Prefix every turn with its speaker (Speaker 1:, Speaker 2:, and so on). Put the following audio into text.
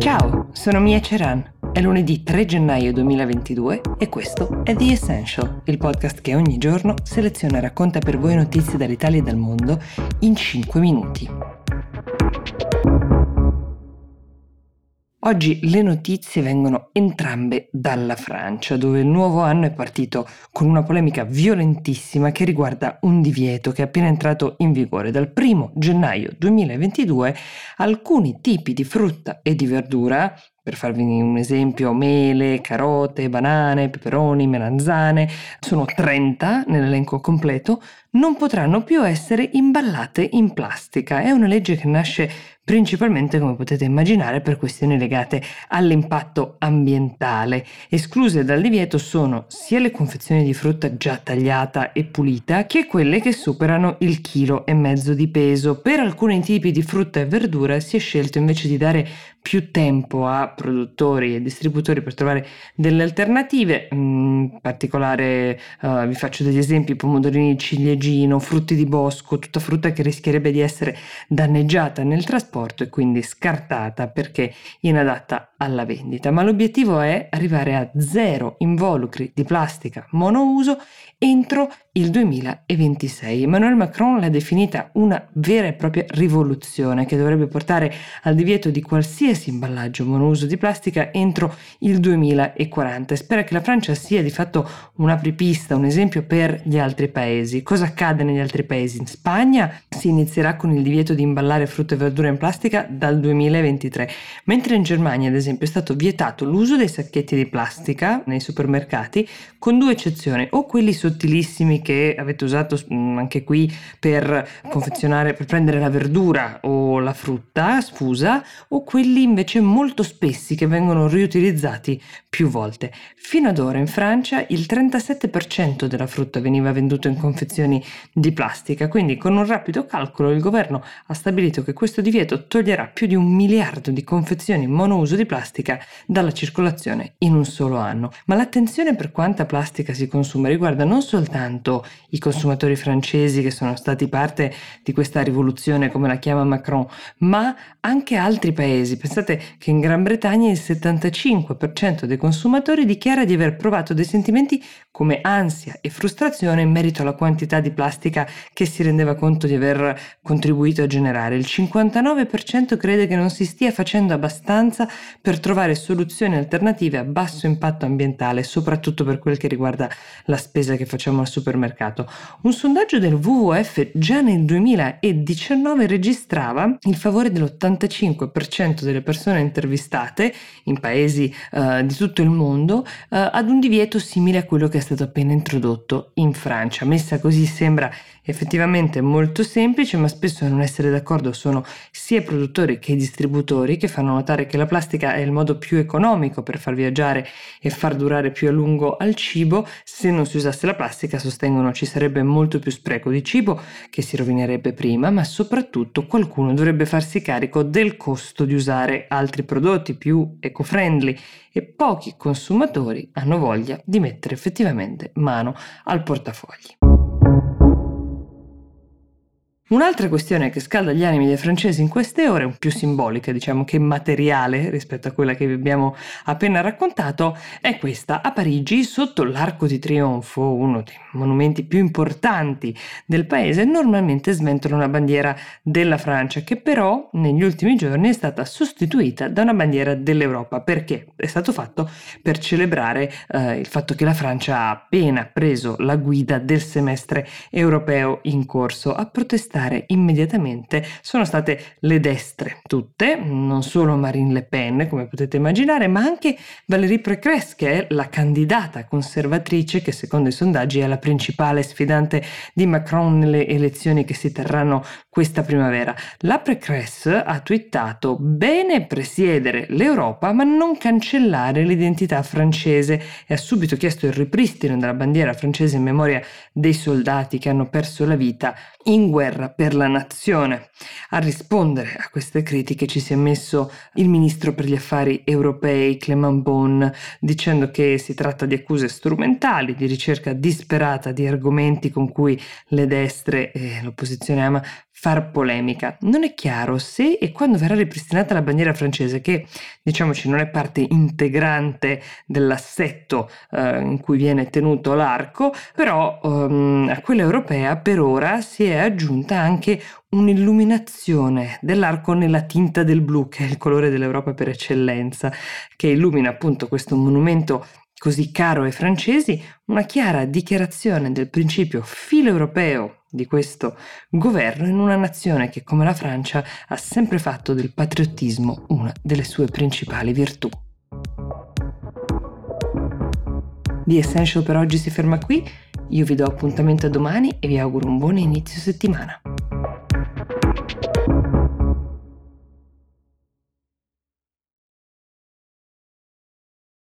Speaker 1: Ciao, sono Mia Ceran. È lunedì 3 gennaio 2022 e questo è The Essential, il podcast che ogni giorno seleziona e racconta per voi notizie dall'Italia e dal mondo in 5 minuti. Oggi le notizie vengono entrambe dalla Francia, dove il nuovo anno è partito con una polemica violentissima che riguarda un divieto che è appena entrato in vigore. Dal 1 gennaio 2022 alcuni tipi di frutta e di verdura, per farvi un esempio, mele, carote, banane, peperoni, melanzane, sono 30 nell'elenco completo, non potranno più essere imballate in plastica. È una legge che nasce principalmente, come potete immaginare, per questioni legate all'impatto ambientale. Escluse dal divieto sono sia le confezioni di frutta già tagliata e pulita, che quelle che superano il 1,5 kg di peso. Per alcuni tipi di frutta e verdura si è scelto invece di dare più tempo a produttori e distributori per trovare delle alternative. In particolare vi faccio degli esempi: pomodorini ciliegino, frutti di bosco, tutta frutta che rischierebbe di essere danneggiata nel trasporto e quindi scartata perché inadatta alla vendita. Ma l'obiettivo è arrivare a 0 involucri di plastica monouso entro il 2026. Emmanuel Macron l'ha definita una vera e propria rivoluzione che dovrebbe portare al divieto di qualsiasi imballaggio monouso di plastica entro il 2040 e spera che la Francia sia di fatto un apripista, un esempio per gli altri paesi. Cosa accade negli altri paesi? In Spagna si inizierà con il divieto di imballare frutta e verdura in plastica dal 2023, mentre in Germania, ad esempio, è stato vietato l'uso dei sacchetti di plastica nei supermercati, con 2 eccezioni: o quelli sottilissimi che avete usato anche qui per confezionare, per prendere la verdura o la frutta sfusa, o quelli invece molto spessi che vengono riutilizzati più volte. Fino ad ora in Francia il 37% della frutta veniva venduto in confezioni di plastica, quindi con un rapido calcolo il governo ha stabilito che questo divieto toglierà più di 1 miliardo di confezioni monouso di plastica dalla circolazione in un solo anno. Ma l'attenzione per quanta plastica si consuma riguarda non soltanto i consumatori francesi, che sono stati parte di questa rivoluzione, come la chiama Macron, ma anche altri paesi. Pensate che in Gran Bretagna il 75% dei consumatori dichiara di aver provato dei sentimenti come ansia e frustrazione in merito alla quantità di plastica che si rendeva conto di aver contribuito a generare. Il 59% crede che non si stia facendo abbastanza per trovare soluzioni alternative a basso impatto ambientale, soprattutto per quel che riguarda la spesa che facciamo al supermercato. Un sondaggio del WWF già nel 2019 registrava il favore dell'85% delle persone intervistate in paesi di tutto il mondo ad un divieto simile a quello che è stato appena introdotto in Francia. Messa così sembra effettivamente molto semplice, ma spesso a non essere d'accordo sono sia i produttori che i distributori, che fanno notare che la plastica è il modo più economico per far viaggiare e far durare più a lungo al cibo. Se non si usasse la plastica, sostengono, ci sarebbe molto più spreco di cibo che si rovinerebbe prima, ma soprattutto qualcuno dovrebbe farsi carico del costo di usare altri prodotti più eco-friendly e pochi consumatori hanno voglia di mettere effettivamente mano al portafogli. Un'altra questione che scalda gli animi dei francesi in queste ore, più simbolica diciamo che materiale rispetto a quella che vi abbiamo appena raccontato, è questa. A Parigi, sotto l'Arco di Trionfo, uno dei monumenti più importanti del paese, normalmente sventolano una bandiera della Francia, che però negli ultimi giorni è stata sostituita da una bandiera dell'Europa. Perché? È stato fatto per celebrare il fatto che la Francia ha appena preso la guida del semestre europeo in corso. A protestare immediatamente sono state le destre tutte, non solo Marine Le Pen, come potete immaginare, ma anche Valérie Pécresse, che è la candidata conservatrice che secondo i sondaggi è la principale sfidante di Macron nelle elezioni che si terranno questa primavera. La Pécresse ha twittato: bene presiedere l'Europa ma non cancellare l'identità francese, e ha subito chiesto il ripristino della bandiera francese in memoria dei soldati che hanno perso la vita in guerra per la nazione. A rispondere a queste critiche ci si è messo il ministro per gli affari europei Clément Beaune, dicendo che si tratta di accuse strumentali, di ricerca disperata di argomenti con cui le destre e l'opposizione ama far polemica. Non è chiaro se e quando verrà ripristinata la bandiera francese, che diciamoci non è parte integrante dell'assetto in cui viene tenuto l'arco, però a quella europea per ora si è aggiunta anche un'illuminazione dell'arco nella tinta del blu, che è il colore dell'Europa per eccellenza, che illumina appunto questo monumento così caro ai francesi, una chiara dichiarazione del principio filo-europeo di questo governo in una nazione che, come la Francia, ha sempre fatto del patriottismo una delle sue principali virtù. The Essential per oggi si ferma qui, io vi do appuntamento a domani e vi auguro un buon inizio settimana.